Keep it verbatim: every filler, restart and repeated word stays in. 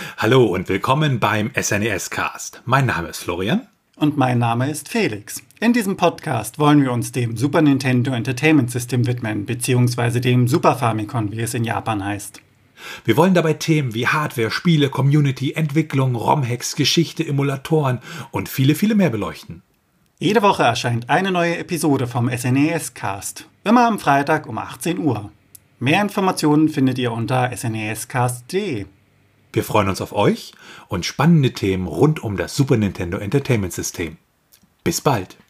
Hallo und willkommen beim S N E S-Cast. Mein Name ist Florian. Und mein Name ist Felix. In diesem Podcast wollen wir uns dem Super Nintendo Entertainment System widmen, beziehungsweise dem Super Famicom, wie es in Japan heißt. Wir wollen dabei Themen wie Hardware, Spiele, Community, Entwicklung, ROM-Hacks, Geschichte, Emulatoren und viele, viele mehr beleuchten. Jede Woche erscheint eine neue Episode vom S N E S-Cast. Immer am Freitag um achtzehn Uhr. Mehr Informationen findet ihr unter s n e s cast punkt d e. Wir freuen uns auf euch und spannende Themen rund um das Super Nintendo Entertainment System. Bis bald!